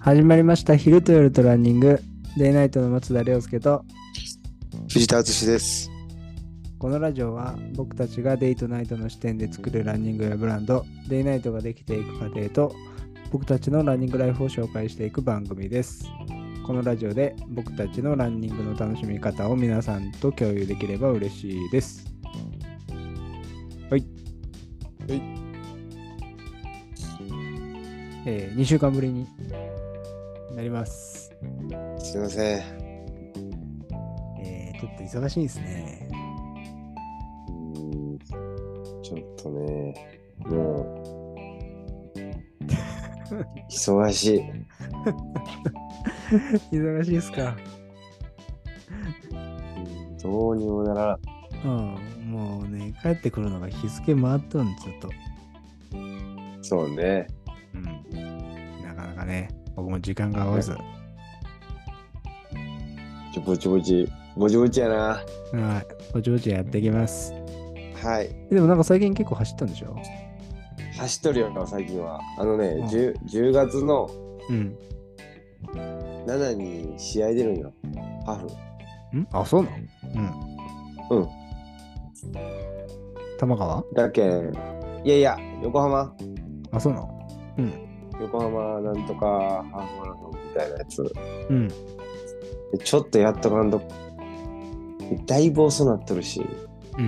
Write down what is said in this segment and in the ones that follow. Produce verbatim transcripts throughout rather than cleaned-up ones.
始まりました。昼と夜とランニング。デイナイトの松田亮介と藤田敦です。 このラジオは僕たちがデイとナイトの視点で作るランニングやブランド、デイナイトができていく過程と僕たちのランニングライフを紹介していく番組です。このラジオで僕たちのランニングの楽しみ方を皆さんと共有できれば嬉しいです。はい。 はい。 えー、にしゅうかんぶりになります。 すいません。 えー、ちょっと忙しいですね。 うーん、ちょっとね、もう、忙しい。 忙しいですか。 どうにもならうん、もうね、帰ってくるのが日付回っとるんですよと。 ん。そうね。 うん。なかなかね、僕も時間が合わず。 ちょぼちぼち、ぼちぼちやな。 はい。ぼちぼちやっていきます。 はい。 でもなんか最近結構走ったんでしょ？ 走っとるよ、最近は。あのね、 うん 10, 10月のうん。 しちに試合出るんよ。ハーフ。 んあ、そうなの？うん。 うん。 玉川？ だけん、いやいや、横浜。 あ、そうなの？うん。 横浜なんとかハーフマラソンみたいなやつ。 うん。 でちょっとやっとかんと、だいぶ遅なっとるし、 うん。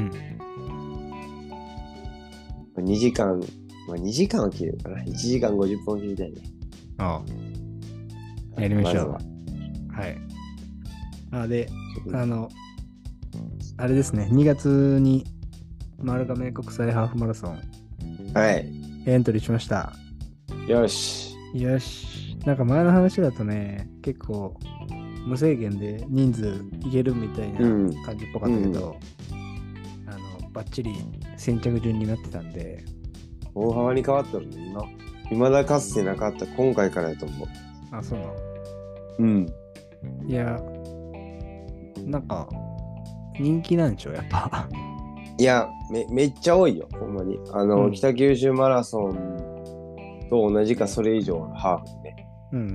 にじかん、まあ、にじかんは切れるかな。いちじかんごじゅっぷん切りたいね。 ああ。やりましょう。 まずはい。あ、で、あの、あれですね、にがつに丸亀国際ハーフマラソンはい。 エントリーしました。 よし。 よし。なんか前の話だとね、結構無制限で人数いけるみたいな感じっぽかったけど、うん、あのバッチリ先着順になってたんで。 大幅に変わったのね、今。未だかつてなかった今回からやと思う。 あ、そうなの？ うん。 いや、なんか人気なんでしょ、やっぱ。 いや、め、めっちゃ多いよ、ほんまに。あの、うん、北九州マラソンと同じかそれ以上のハーフね。 うん、うん。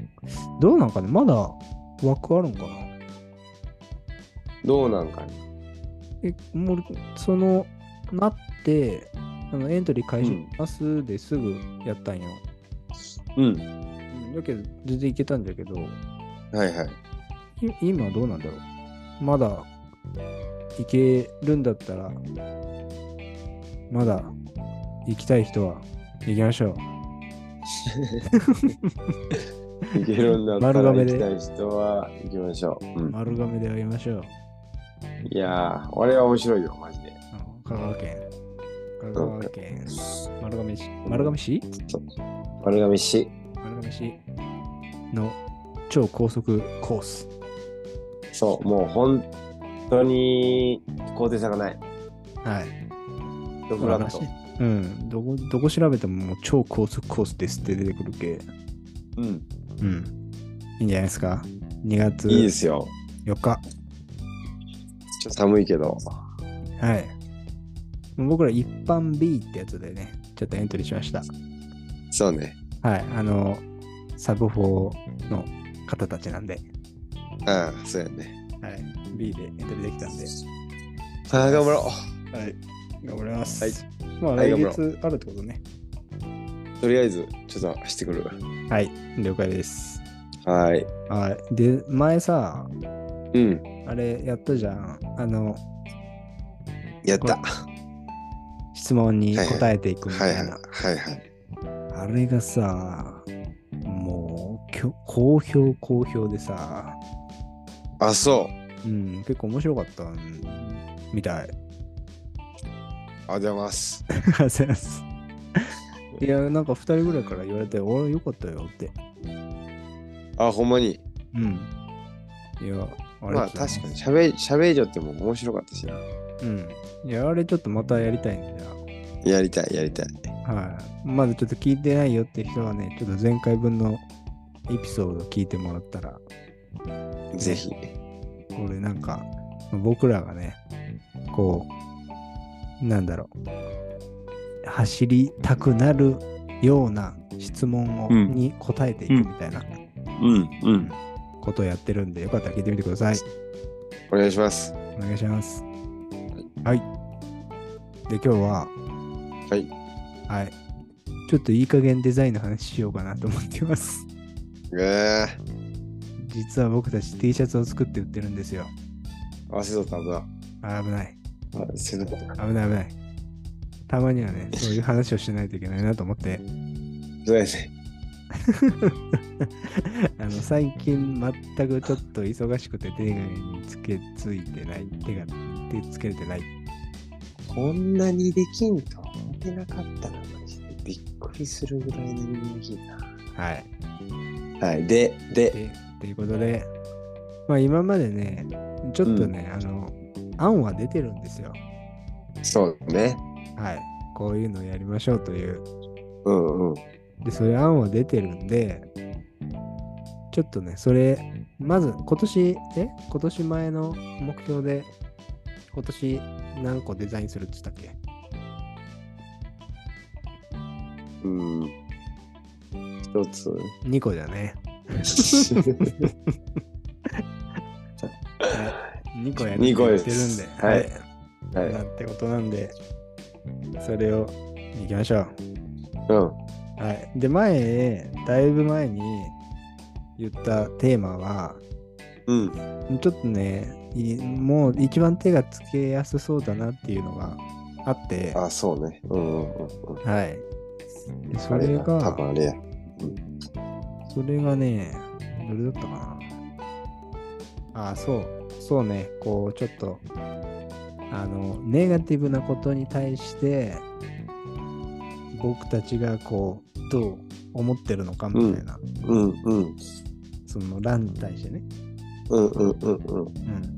どうなんかね、まだ枠あるんかな？ どうなんかね。 え、もう、その、なって、あのエントリー開始しますですぐやったんよ。 うん。 だけど、全然いけたんだけど。 はいはい。 今どうなんだろう。まだ行けるんだったら、まだ行きたい人は行きましょう。 行けるんだったら行きたい人は行きましょう。 うん、丸亀で会いましょう。 いやー、俺は面白いよ、マジで。 香川県。香川県。丸亀市。丸亀市？ 丸亀市。 丸亀市の超高速コース。 そう、もう本当に高低差がない。 はい。 ドフラット。 うん。どこ、どこ調べてももう超高速コースですって出てくるけ。 うん。 うん。いいんじゃないですか。にがついいですよ。 よっか。 ちょっと寒いけど。 はい。僕ら一般 B ってやつでね、ちょっとエントリーしました。 そうね。 はい。あの、サブフォーの方たちなんで。 ああ、そうやね。 はい。B でエントリーできたんで。 ああ、頑張ろう。はい。頑張ります。 はい。 まあ、来月あるってことね。 とりあえず、ちょっと走ってくる。 はい。了解です。 はい。 はい。で、前さ、 うん。 あれやったじゃん。あの、 やった。 質問に答えていくみたいな。 はいはい。はいはい、 あれがさ、もう、好評好評でさ。 あ、そう。うん、結構面白かったみたい。 ありがとうございます。 ありがとうございます。いや、なんかふたりぐらいから言われて、俺よかったよって。 あ、ほんまに。 うん。いや、 あれまあ確かに、しゃべ、しゃべりじょっても面白かったしな。 うん。いや、あれちょっとまたやりたいんだよ。 やりたい、やりたい。 はい。まだちょっと聞いてないよって人はね、ちょっと前回分のエピソード聞いてもらったら。 ぜひ。 これなんか、僕らがね、こう、なんだろう。走りたくなるような質問を、 うん、 に答えていくみたいな、 うん、うん。 ことをやってるんで、よかったら聞いてみてください。 お願いします。 お願いします。はい。で、今日は、 はい。 はい。ちょっといい加減デザインの話しようかなと思っています。 え実は僕たち T シャツを作って売ってるんですよ。 ー、あ、せとった危な。 あ、危ない。 あ、せとった。 危ない危ない。たまにはね、そういう話をしないといけないなと思って。 そうですね。 あの最近全くちょっと忙しくて手がにつけついてない。手が手つけれてない。 こんなにできんとは思ってなかったな、マジで。びっくりするぐらい何もできんな。 はい。 はい。で、で、 で、ということで、まあ今までね、ちょっとね、うん、あの、案は出てるんですよ。 そうね。 はい。こういうのをやりましょうという。 うんうん。 で、そういう案は出てるんで、ちょっとね、それ、まず今年、え今年前の目標で、今年何個デザインするって言ったっけ？ うん。一つにこだね。にこやるって言ってるんで。 はい。 はい。なんてことなんで、それをいきましょう。うん。 はい。で、前、だいぶ前に言ったテーマは、 うん。 ちょっとね、もう一番手がつけやすそうだなっていうのがあって。 あ、そうね。うんうんうんうん。 はい。でそれが、 多分あれや。 うん、それがね、どれだったかな。あ、そう。そうね。こう、ちょっと、あの、ネガティブなことに対して、僕たちがこう、どう思ってるのかみたいな。 うん、うん、うん。 その欄に対してね。 うんうんうんうん。 うん。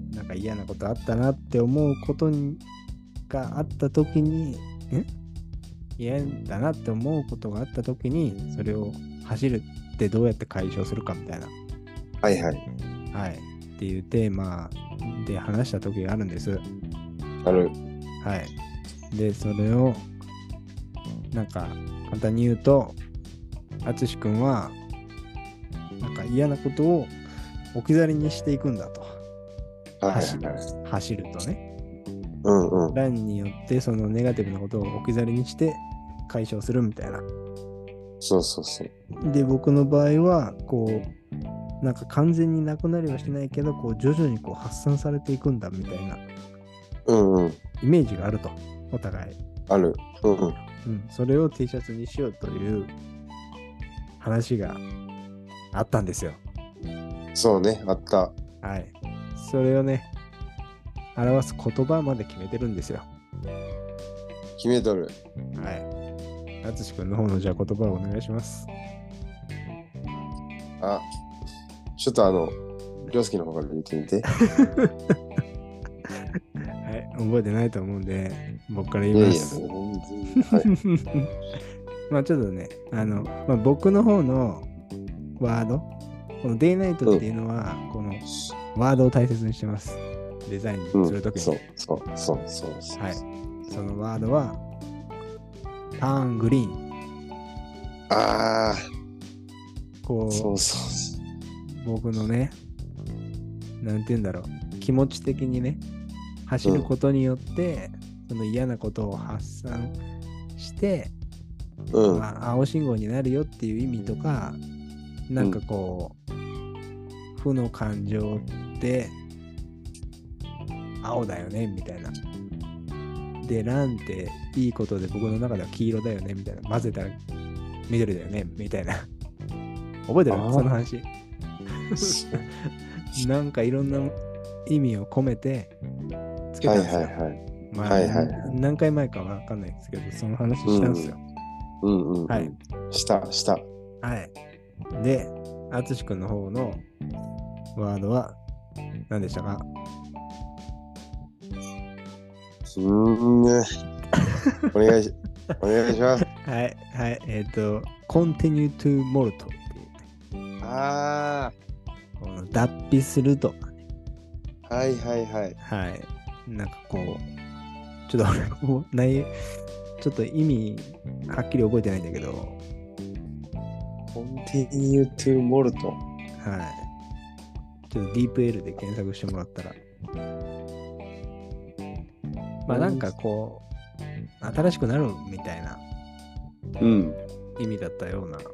なんか嫌なことあったなって思うことにがあったときに、ん嫌だなって思うことがあったときに、それを走るってどうやって解消するかみたいな。 はいはい。 はい。っていうテーマで話した時があるんです。 ある。 はい。で、それを、なんか、簡単に言うと、あつしくんは、なんか嫌なことを置き去りにしていくんだと。 はい走はい。 走るとね。 うんうん。 欄によってそのネガティブなことを置き去りにして解消するみたいな。 そうそうそう。 で、僕の場合は、こう、なんか完全になくなりはしないけど、こう徐々にこう発散されていくんだみたいな、 うんうん、 イメージがあると、お互い。 ある。うんうん。 うん、それを T シャツにしようという話があったんですよ。 そうね、あった。 はい。それをね、表す言葉まで決めてるんですよ。 決めとる。 はい。あつしくんの方のじゃあ言葉をお願いします。 あ、ちょっとあの、りょうすけの方から言ってみて。 はい、覚えてないと思うんで、僕から言います。いやいや、もうはい、まあちょっとね、あの、まあ、僕の方のワード、このデイナイトっていうのは、うん、このワードを大切にしてます。デザインするときに、うん。 そうそうそうそうそう。 はい。そのワードは、ターングリーン。 ああ。 こう、そうそうそう。僕のね、なんて言うんだろう、気持ち的にね、走ることによって、うん、その嫌なことを発散して、うん、まあ、青信号になるよっていう意味とか、なんかこう、うん、負の感情って青だよねみたいな。で、ランっていいことで僕の中では黄色だよねみたいな。混ぜたら緑だよねみたいな。覚えてる？その話。なんかいろんな意味を込めてつけたんですよ。はいはいはい。まあ、はいはいはい、何回前かわかんないですけど、その話したんですよ。 うん、うんうんうん、 はい。 したした。 はい。で、あつしくんの方のワードは何でしたか？ うーん、ね、お願いしお願いします。 はいはい。えっ、ー、と、continue to molt っていう、ね。 ああ。 この脱皮するとかね。 はいはいはい。 はい。なんかこう、ちょっと俺も内ちょっと意味はっきり覚えてないんだけど、 コンティニュートゥモルト。 はい。ちょっとディープ L で検索してもらったら。まあなんかこう、新しくなるみたいなうん。 意味だったような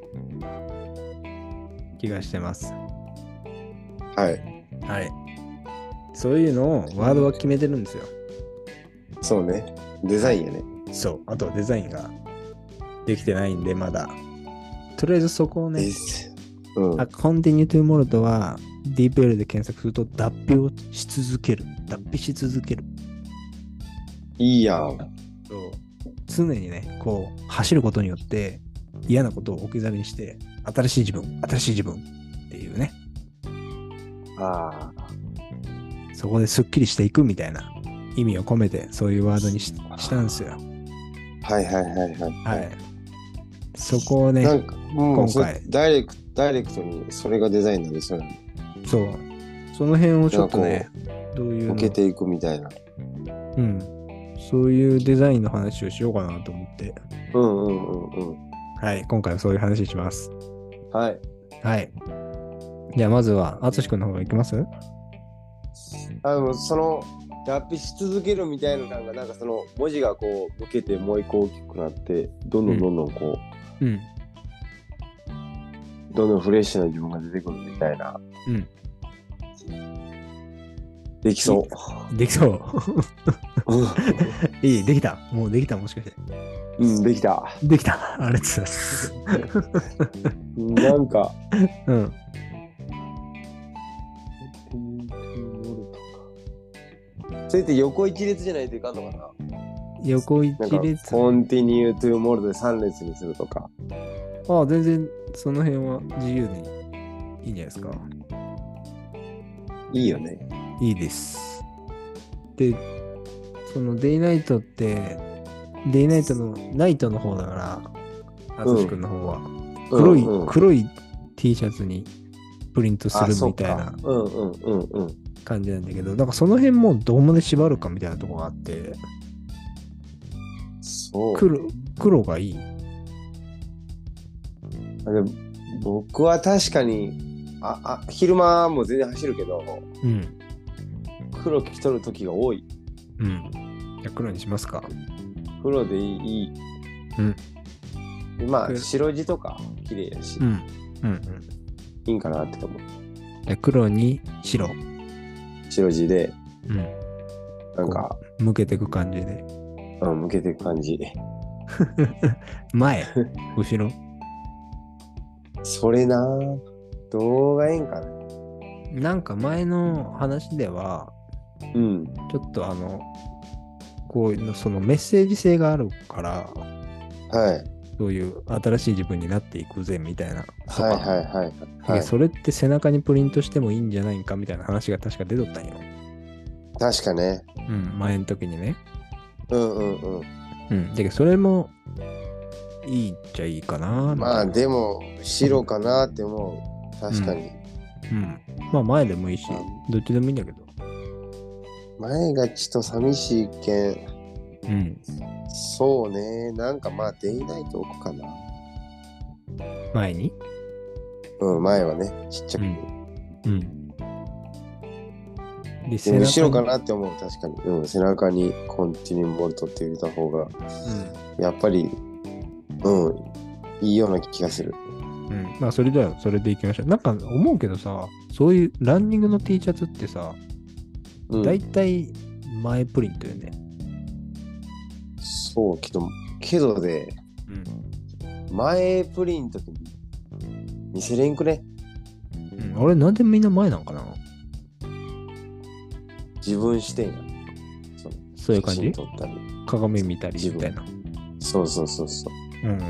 気がしてます。 はい。 はい。そういうのをワードは決めてるんですよ。 そうね。デザインやね。 そう。あとデザインができてないんで、まだ。とりあえずそこをね、 うん。 あ、Continue to Mold は ディープ L で検索すると脱皮をし続ける。脱皮し続ける。 いいやん。 そう。常にね、こう、走ることによって嫌なことを置き去りにして、新しい自分、新しい自分っていうね。 ああ。 そこですっきりしていくみたいな意味を込めて、そういうワードに し, したんですよ。 はいはいはいはい。 はい。そこをね、 なんか、うん、 今回ダイレクト、ダイレクトにそれがデザインなんで、それ。 そう。その辺をちょっとね、どういうの受けていくみたいな。 うん。そういうデザインの話をしようかなと思って。 うんうんうんうん。 はい。今回はそういう話します。 はい。 はい。じゃあまずは、あつしくんの方がいきます？ あの、その、脱皮し続けるみたいなのが、なんかその文字がこう、向けてもう一個大きくなって、どんどんどんどんこう、うん。 どんどんフレッシュな自分が出てくるみたいな。 うん。 できそう。できそう。いい、できた。もうできた、もしかして。 うん、できた。 できた。ありがとうございます。 なんか、 うん。 それって横一列じゃないといかんのかな？ 横一列。 コンティニュートゥーモルトでさん列にするとか。 ああ、全然その辺は自由にいいんじゃないですか。 いいよね。 いいです。で、そのデイナイトって、デイナイトのナイトの方だから、あつしくんの方は、黒い、うんうん、黒い T シャツにプリントするみたいな感じなんだけど、なんかその辺もどこまで縛るかみたいなところがあって、 そう黒、黒がいい。 あれ僕は確かにああ昼間も全然走るけど、うん、黒着とる時が多い。 うん。じゃあ黒にしますか。 黒でいい。うん。でまあ白地とか綺麗やし、うん、うんうんいいんかなって思う。 じゃあ黒に白。 白地で、 うん。 なんか向けていく感じで。 うん、向けていく感じ。 前、後ろ。 それなぁ。どうがええんかな。 なんか前の話では、うん、ちょっとあの、こういうそのメッセージ性があるから、 はい。 そういう新しい自分になっていくぜみたいな。 はいはいはい、 はい。それって背中にプリントしてもいいんじゃないかみたいな話が確か出とったんよ。 確かね。 うん、前の時にね。 うんうんうん。 うん。だけどそれもいいっちゃいいかな。 まあでも白かなって思う。確かに。 うん。うん、まあ前でもいいし、どっちでもいいんだけど。 前がちょっと寂しいけん。 うん。 そうね。なんかまあデイナイト置くかな。 前に？ うん、前はね。ちっちゃくて。うん。うん、で背中後ろかなって思う。確かに。うん。背中にコンティニューボルトって入れた方が、うん、やっぱり、うん、いいような気がする。 うん。まあそれだよ。それでいきましょう。なんか思うけどさ、そういうランニングの T シャツってさ、だいたい前プリントよね。 そうけど、けどで、うん、前プリントって見せれんくね、 うん、あれなんでみんな前なんかな。 自分視点や。 そ, そういう感じ？鏡見たりみたいな。 そうそうそうそう。 うんうんうん。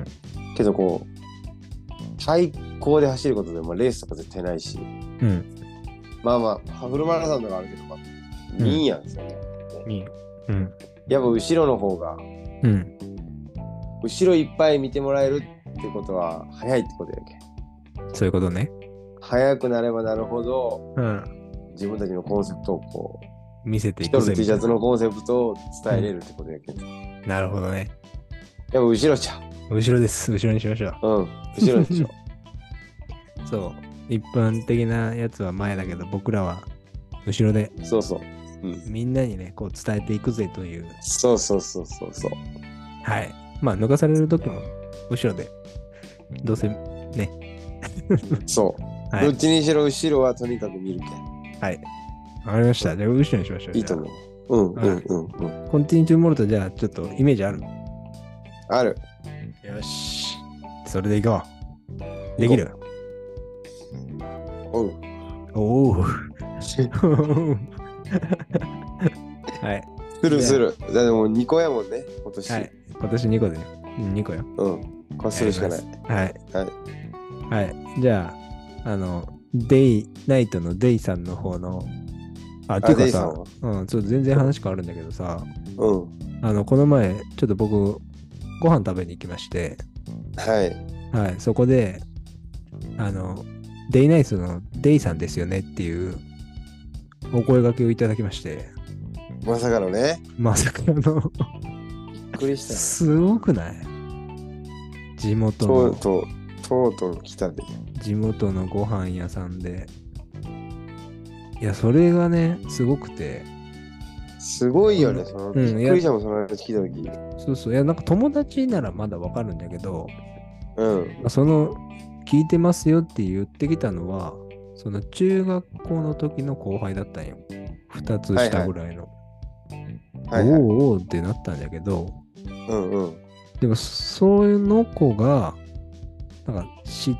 けどこう、対抗で走ることでもレースとか絶対ないし。うん。まあまあ、フルマラソンとかあるけど、まあ、うん、ミーやんですよね。 ミー。うん。 やっぱ後ろの方が、うん。後ろいっぱい見てもらえるってことは、早いってことやけ。 そういうことね。 早くなればなるほど、 うん。 自分たちのコンセプトをこう、見せていくぜ。 一人 T シャツのコンセプトを伝えれるってことやけ、うん。 なるほどね。 やっぱ後ろちゃう。 後ろです。後ろにしましょう。 うん。後ろでしょ。 そう。一般的なやつは前だけど、僕らは後ろで、 そうそう。 うん、みんなにね、こう伝えていくぜという。 そうそうそうそうそう。 はい。まあ、抜かされる時も後ろで、どうせね。 そう、はい。どっちにしろ後ろはとにかく見るけん。 はい。わかりました。じゃあ、後ろにしましょう。 いいと思う。うんうんうんうん。 コンティニュートゥーモルト、じゃあ、ちょっとイメージある？ ある。 よし。それでいこう。できる？ おう。 おう。はい。 するする。だってもうにこやもんね、今年。 はい。今年にこで、ね。にこよ。 うん。こうするしかない。 はい。 はい。 はい。じゃあ、あの、デイ、ナイトのデイさんの方の、あ、っていうかさ、うん、ちょっと全然話変わるんだけどさ、 うん。 あの、この前、ちょっと僕、ご飯食べに行きまして、 はい。 はい、そこで、あの、デイナイトのデイさんですよねっていうお声掛けをいただきまして。 まさかのね。 まさかの。びっくりした。 すごくない？地元の。 とうとう、とうとう来たで。 地元のご飯屋さんで。いや、それがね、すごくて。 すごいよね、その、びっくりしたもん、その話聞いたとき。そうそう。いや、なんか友達ならまだわかるんだけど、 うん。 その、聞いてますよって言ってきたのは、その中学校の時の後輩だったんよ。二つ下ぐらいの。はいはい、おーおーってなったんだけど、 うんうん。 でも、そういうの子が、なんか知って、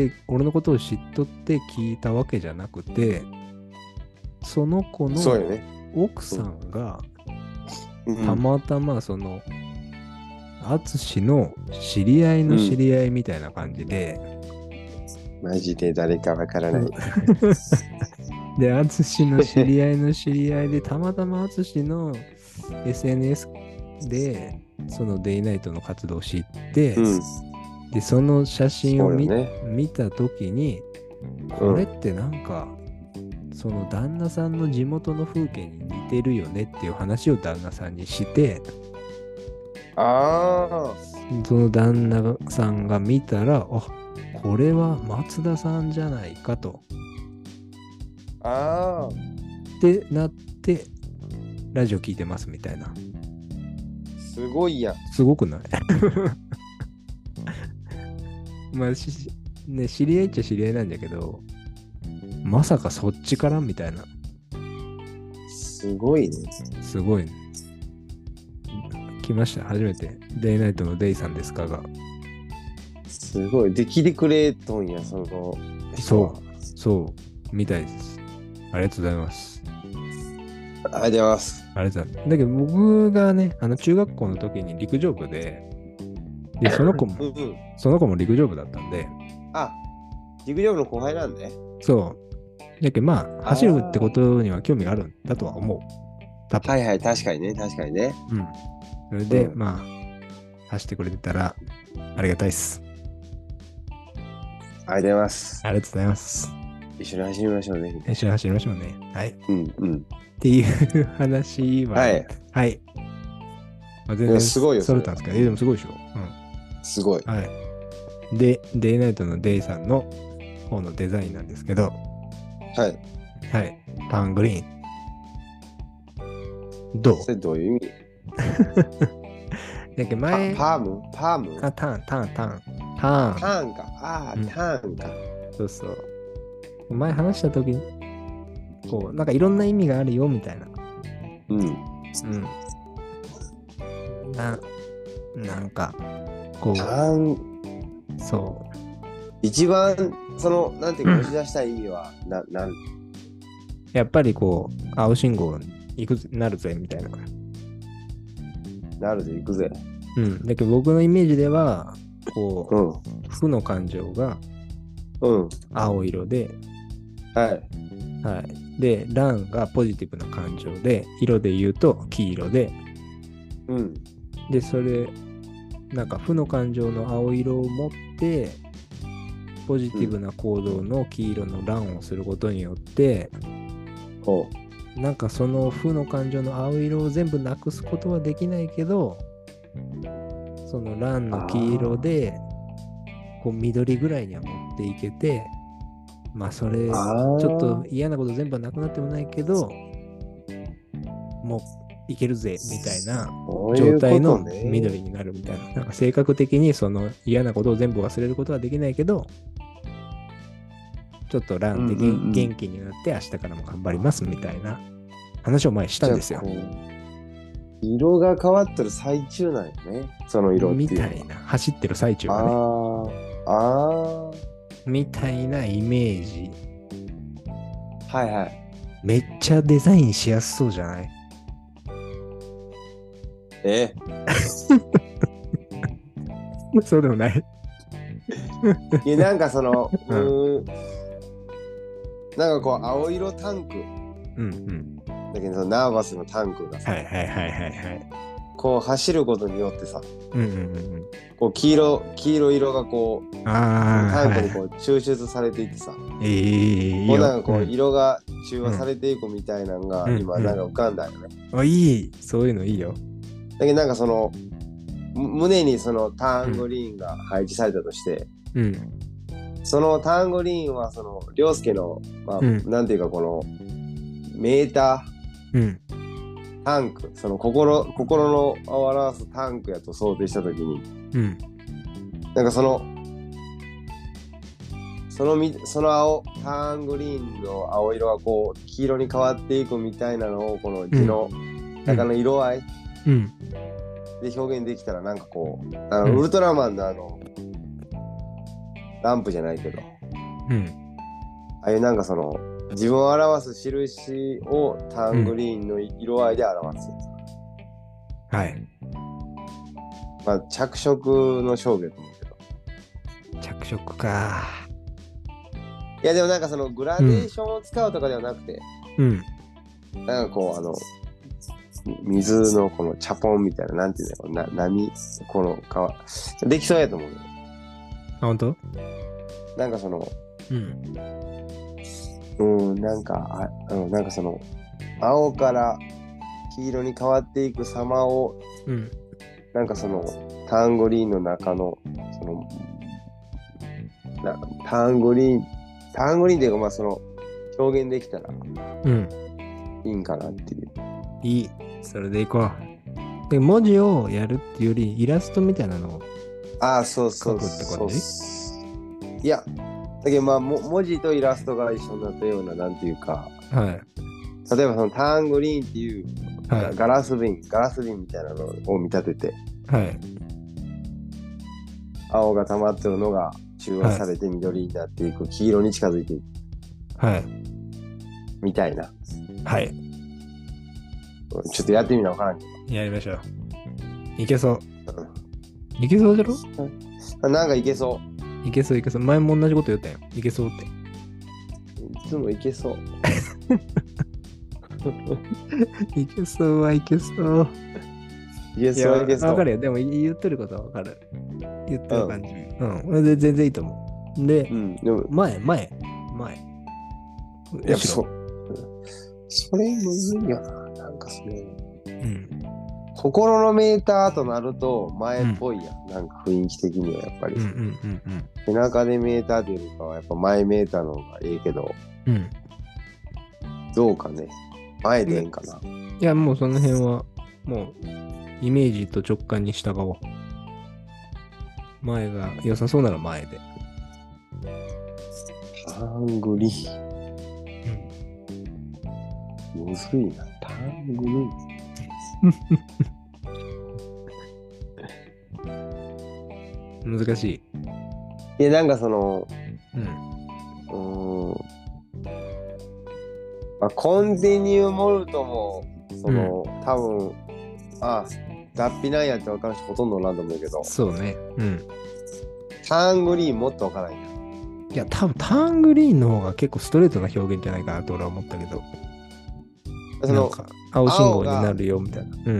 俺のことを知っとって聞いたわけじゃなくて、その子の奥さんが、たまたまその、アツシの知り合いの知り合いみたいな感じで、 うん、マジで誰かわからない。 で、アツシの知り合いの知り合いで、たまたまアツシの エスエヌエス で、そのデイナイトの活動を知って、うん、で、その写真を 見,、ね、見たときに、これってなんか、うん、その旦那さんの地元の風景に似てるよねっていう話を旦那さんにして、 ああ。 その旦那さんが見たら、あ、これは松田さんじゃないかと。 ああ。 ってなって、ラジオ聞いてますみたいな。 すごいやん。 すごくない？まあし、ね、知り合いっちゃ知り合いなんだけど、まさかそっちからみたいな。 すごいね。 すごいね。来ました、初めて。デイナイトのデイさんですかが。 すごい。で、聞いてくれとんや、その。 そう、そう、みたいです。ありがとうございます。 ありがとうございます。 ありがとうございます。だけど僕がね、あの中学校の時に陸上部で、で、その子も、うんうん、その子も陸上部だったんで。 あ、陸上部の後輩なんで、ね。 そう。だけどまあ、走るってことには興味があるんだとは思う。 多分。はいはい、確かにね、確かにね。 うん。それで、うん、まあ、走ってくれてたらありがたいっす。 ありがとうございます。 ありがとうございます。 一緒に走りましょうね。 一緒に走りましょうね。はい。 うんうん。 っていう話は、はい。はい。まあ、全然すごいよ。 それたんですか？え、でもすごいでしょ。うん。 すごい。 はい。で、デイナイトのデイさんの方のデザインなんですけど、 はい。 はい。パングリーン。どう？ それどういう意味？ だけ前パ、パームパームあ、ターン、ターン、ターン。ターン。 ターンか。ああ、うん、ターンか。 そうそう。前話したときに、こう、なんかいろんな意味があるよ、みたいな。 うん。うん。 な、なんか、こう。 ターン。 そう。 一番、その、なんていうか、押し出したい意味は、うん、な、なんやっぱりこう、青信号行く、なるぜ、みたいな。 なるぜ、行くぜ。 うん。だけど僕のイメージでは、こう、うん、負の感情が、 うん。 青色で、 はい。 はい。で、ランがポジティブな感情で、色で言うと黄色で、 うん。 で、それ、なんか負の感情の青色を持って、ポジティブな行動の黄色のランをすることによって、 うん、 なんかその負の感情の青色を全部なくすことはできないけど、そのランの黄色で、こう緑ぐらいには持っっていけて、まあそれちょっと嫌なこと全部はなくなってもないけど、もういけるぜみたいな状態の緑になるみたいな。なんか性格的にその嫌なことを全部忘れることはできないけど、ちょっとランで、うんうんうん、元気になって明日からも頑張りますみたいな話を前したんですよ。 色が変わってる最中なんよね、その色っていうのは。 みたいな、走ってる最中がね。 ああ。 みたいなイメージ。 はいはい。 めっちゃデザインしやすそうじゃない？ えそうでもない。 いや、なんかその、うん、うーんなんかこう、青色タンク。 うんうん。 だけど、そのナーバスのタンクがさ、 はいはいはいはいはい。 こう走ることによってさ、 うんうんうん、 こう黄色、黄色色がこう、 あタンクにこう抽出されていってさ、 はい、えー、 こうなんかこう、色が中和されていくみたいなのが、今なんか浮かんだよね。 うんうん、あ、いい、そういうのいいよ。 だけどなんかその、胸にそのタングリーンが配置されたとして、 うん、 そのタングリーンはその、凌介の、まあ、うん、なんていうかこの、メーター、うん、 タンク、その心、心のを表すタンクやと想定したときに、 うん、 なんかその、そのみ、その青、タングリーンの青色がこう、黄色に変わっていくみたいなのを、この字の中の色合いで表現できたら、なんかこう、あの、うん、ウルトラマンのあの、ランプじゃないけど、 うん、 ああいうなんかその、自分を表す印をタングリーンの色合いで表す、 うん、はい。 まあ着色の象徴と思うけど。着色か。 いやでもなんかそのグラデーションを使うとかではなくて、 うん、 なんかこうあの水のこのチャポンみたいな、なんていうのな、波この川できそうやと思うよ。 あ、本当？ なんかその、 うん。 うん、なんか、あ、うん、なんかその、青から黄色に変わっていく様を、 うん、 なんかその、タングリーンの中の、その、なタングリーン、タングリーンっていうか、まあその、表現できたら、 うん、 いいんかなっていう。 いい。それでいこう。で、文字をやるっていうより、イラストみたいなのをああ、そうそうそう。いや、だけどまあも文字とイラストが一緒になったような、なんていうか、 はい、 例えばそのタングリーンっていう、はい、ガラス瓶ガラス瓶みたいなのを見立てて、 はい、 青が溜まってるのが中和されて緑になっていく、はい、黄色に近づいていく、 はい、 みたいな、 はい、 ちょっとやってみなわからんけど、やりましょう。いけそう、うん、いけそうだろ、 うん、なんかいけそういけそういけそう。前も同じこと言ったよ。いけそうって。 いつもいけそう。 いけそうはいけそう。 いけそういけそう。 わかるよ。でも言ってることはわかる。言ってる感じ。うん。うん、で全然いいと思う。で、うん、でも前、前、前。 いや、そ、それむずいよな。なんかそれ。 うん。 心のメーターとなると前っぽいやん、うん、なんか雰囲気的にはやっぱり、 うんうんうんうん、 背中でメーターというよりかはやっぱ前メーターの方がいいけど、 うん、 どうかね、前でええんかな、うん、 いやもうその辺はもうイメージと直感に従おう。前が良さそうなら前で。 タングリーン、うん、むずいな、タングリーン難しい。いやなんかその、 うん、 うーん、まあ、コンティニューモルトもその、うん、多分あ脱皮なんやって分かる人ほとんどなんと思うけど、 そうね、うん、 タングリーンもっと分からんや。 いや多分タングリーンの方が結構ストレートな表現じゃないかなと俺は思ったけど、そのなんか青信号になるよみたいな。うん。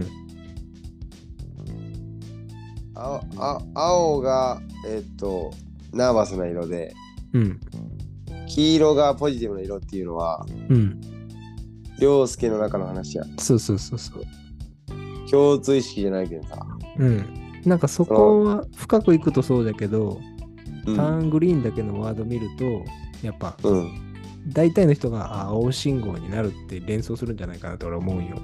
青, 青, 青がえっとナーバスな色で、 うん、 黄色がポジティブな色っていうのは、 うん、 凌介の中の話や。 そうそうそうそう。 共通意識じゃないけどさ。 うん。なんかそこは深くいくとそうだけど、 ターングリーンだけのワード見ると、やっぱ、 うん、 大体の人が青信号になるって連想するんじゃないかなと俺は思うよ。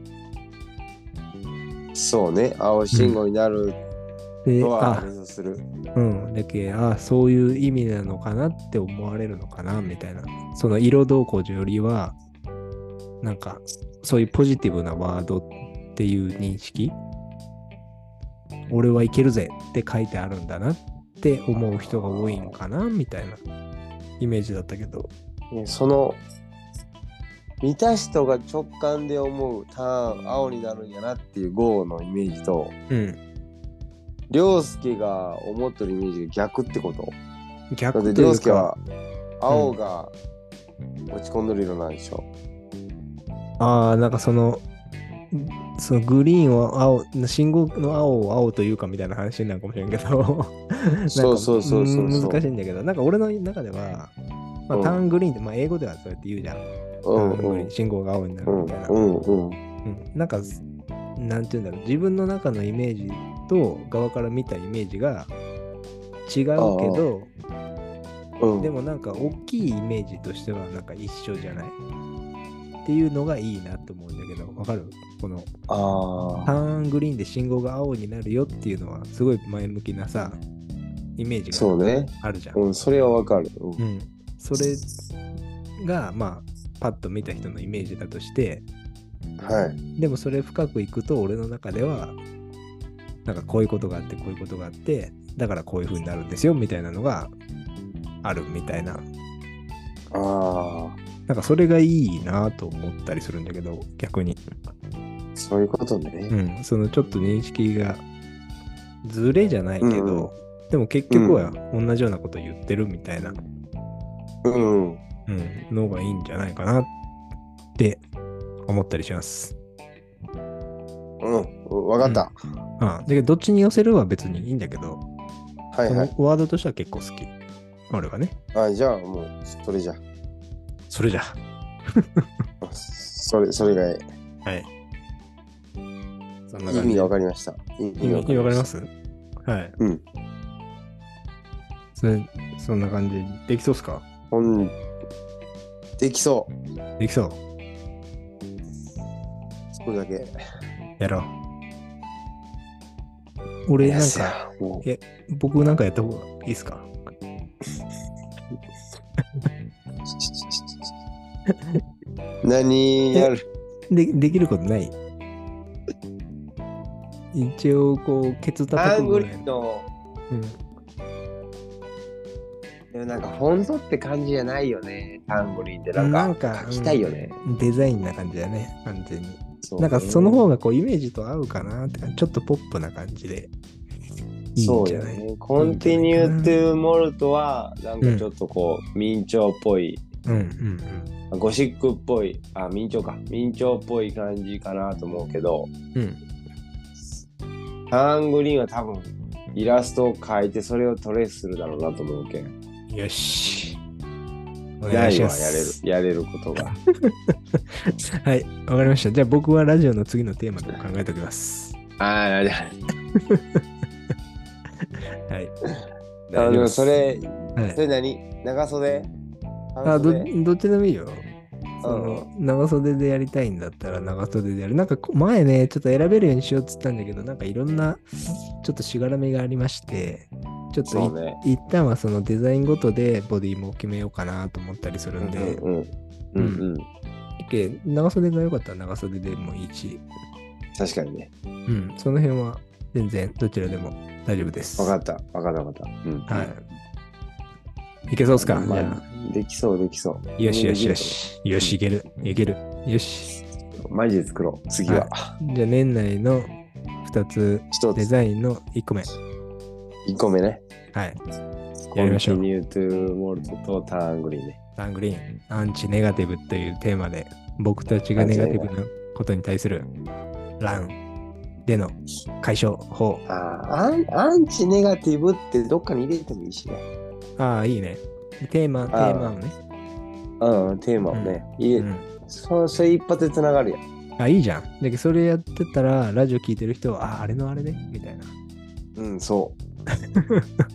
そうね、青信号になるで、 とはあ、 連想する。 うん。だけあ、そういう意味なのかなって思われるのかなみたいな。その色動向よりは、なんか、そういうポジティブなワードっていう認識、俺はいけるぜって書いてあるんだなって思う人が多いんかなみたいなイメージだったけど。 ね、その見た人が直感で思うターン青になるんやなっていうゴーのイメージと、 うん。 涼介が思ってるイメージが逆ってこと？ 逆だってというか涼介は青が落ち込んでる色なんでしょ。 ああ、なんかその、そのグリーンを青、信号の青を青というかみたいな話になるかもしれんけど、なんかそうそうそうそうそう。 難しいんだけど、なんか俺の中では、まあ、 うんターングリーンって、まあ、英語ではそうやって言うじゃん。 うんターングリーンうん信号が青になるうんみたいな。 うんうんうんなんか、なんていうんだろう、自分の中のイメージと側から見たイメージが違うけど、 うん。 でもなんか大きいイメージとしてはなんか一緒じゃないっていうのがいいなと思うんだけど、わかる？このあターングリーンで信号が青になるよっていうのはすごい前向きなさ、イメージそうね。 があるじゃん。 うん、それはわかる。ううんん。それがまあパッと見た人のイメージだとして、 はい。 でもそれ深くいくと俺の中ではなんかこういうことがあってこういうことがあってだからこういう風になるんですよみたいなのがあるみたいな、 ああ、 なんかそれがいいなと思ったりするんだけど、逆にそういうことうね。 んそのちょっと認識がズレじゃないけど、 うんうんでも結局は同じようなこと言ってるみたいな、 うん。 うん、のがいいんじゃないかなって思ったりします。 うん、わかった。 あだけどどっちに寄せるは別にいいんだけど、 はいはい。 このワードとしては結構好き。俺はね。 あ、じゃあもう、それじゃ。 それじゃ。 それ、それがえはい。そんなえ。 感じ。 意味がわかりました。意意味わかりまます？はい。 うん。 それ、そんな感じ。できそうっすか？ ほん、できそう。 できそう。 それだけ。 やろう。俺なんいやか、 もえ、僕なんかやった方がいいっすか？ う何やる？ で、できることない？一応、こう、ケツタ叩ングリくぐらいの。 ーンの、 うん。 でもなんかフォントって感じじゃないよね。タングリーンってなんかなんか書きたいよね。 デザインな感じだね、完全に。 そうねなんかその方がこうイメージと合うかなって感じ、ちょっとポップな感じでいいんそうじゃない？ よね。コンティニュートゥーモルトはなんかちょっとこう、明朝っぽい、 うんうんゴシックっぽい、あ、明朝か。明朝っぽい感じかなと思うけど、 うん。うん。 ターングリーンは多分イラストを描いてそれをトレースするだろうなと思うけん。 よし。おないわ、 願いします。 やれる、やれることが。 はい、わかりました。じゃあ僕はラジオの次のテーマでも考えておきます。 ああ、じゃはい。 あ、あの、それ、 はいそれ何長袖あ半ど、 袖どっちでもいいよ。その長袖でやりたいんだったら長袖でやる。なんかこ前ね、ちょっと選べるようにしようっつったんだけど、なんかいろんなちょっとしがらみがありまして、ちょっとい、 そうね。 一旦はそのデザインごとでボディも決めようかなと思ったりするんで、 うんうん。うんうん。 け長袖が良かったら長袖でもいいし、 確かにね。 うん、その辺は全然どちらでも大丈夫です。 わかった。わかったわかった。うん。 はい。いけそうっすか？ まあじゃできそう、できそう。 あ。よしよしよし。よし、いける。いける。よし。 マジで作ろう、次は。 じゃあ年内のふたつ一つ、 デザインのいっこめ。 いっこめね。 はい。 コンやりましょうティニュートゥーモルトとターングリーンね。 ターングリーン、アンチネガティブというテーマで、僕たちがネガティブなことに対する欄での解消法。 ああ、アンアンチネガティブってどっかに入れてもいいしね。 ああ、いいね。テーマ、テーマをね。 うん、テーマをね。いえうん。 そそれ一発でつながるやん。 あ、いいじゃん。だけどそれやってたら、ラジオ聞いてる人は、あ、あれのあれねみたいな。 うん、そ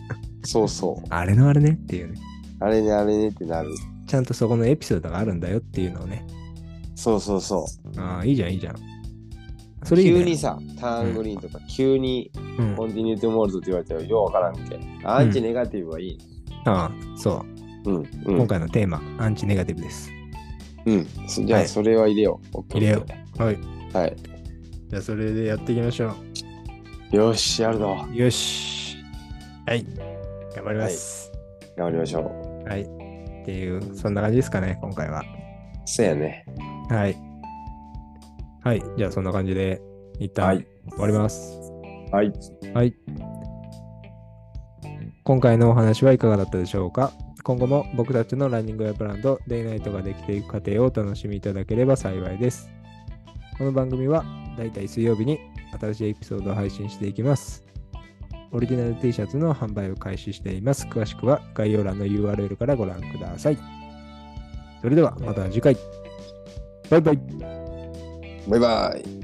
そうそう。 あれのあれねっていうね。 あれね、あれねってなる。 ちゃんとそこのエピソードがあるんだよっていうのをね。 そうそうそう。 ああ、いいじゃん、いいじゃん。それいいね。 急にさ、ターングリーンとか、急にコンティニューティモールドって言われたらようわからんけ。アンチネガティブはいい。 ああ、そう。うん。今回のテーマ、アンチネガティブです。 うん。じゃあ、それは入れよう。 入れよう。はい。 はい。 じゃあ、それでやっていきましょう。よし、やるぞ。 よし。はい。頑張ります。 頑張りましょう。 はい。っていう、そんな感じですかね、今回は。 そうやね。 はい。はい。じゃあ、そんな感じで、一旦終わります。 はい。 はい。今回のお話はいかがだったでしょうか。今後も僕たちのランニングウェアブランド、デイナイトができていく過程をお楽しみいただければ幸いです。この番組は、だいたい水曜日に新しいエピソードを配信していきます。オリジナル T シャツの販売を開始しています。詳しくは概要欄の ユーアールエル からご覧ください。それではまた次回。バイバイ。 バイバイ。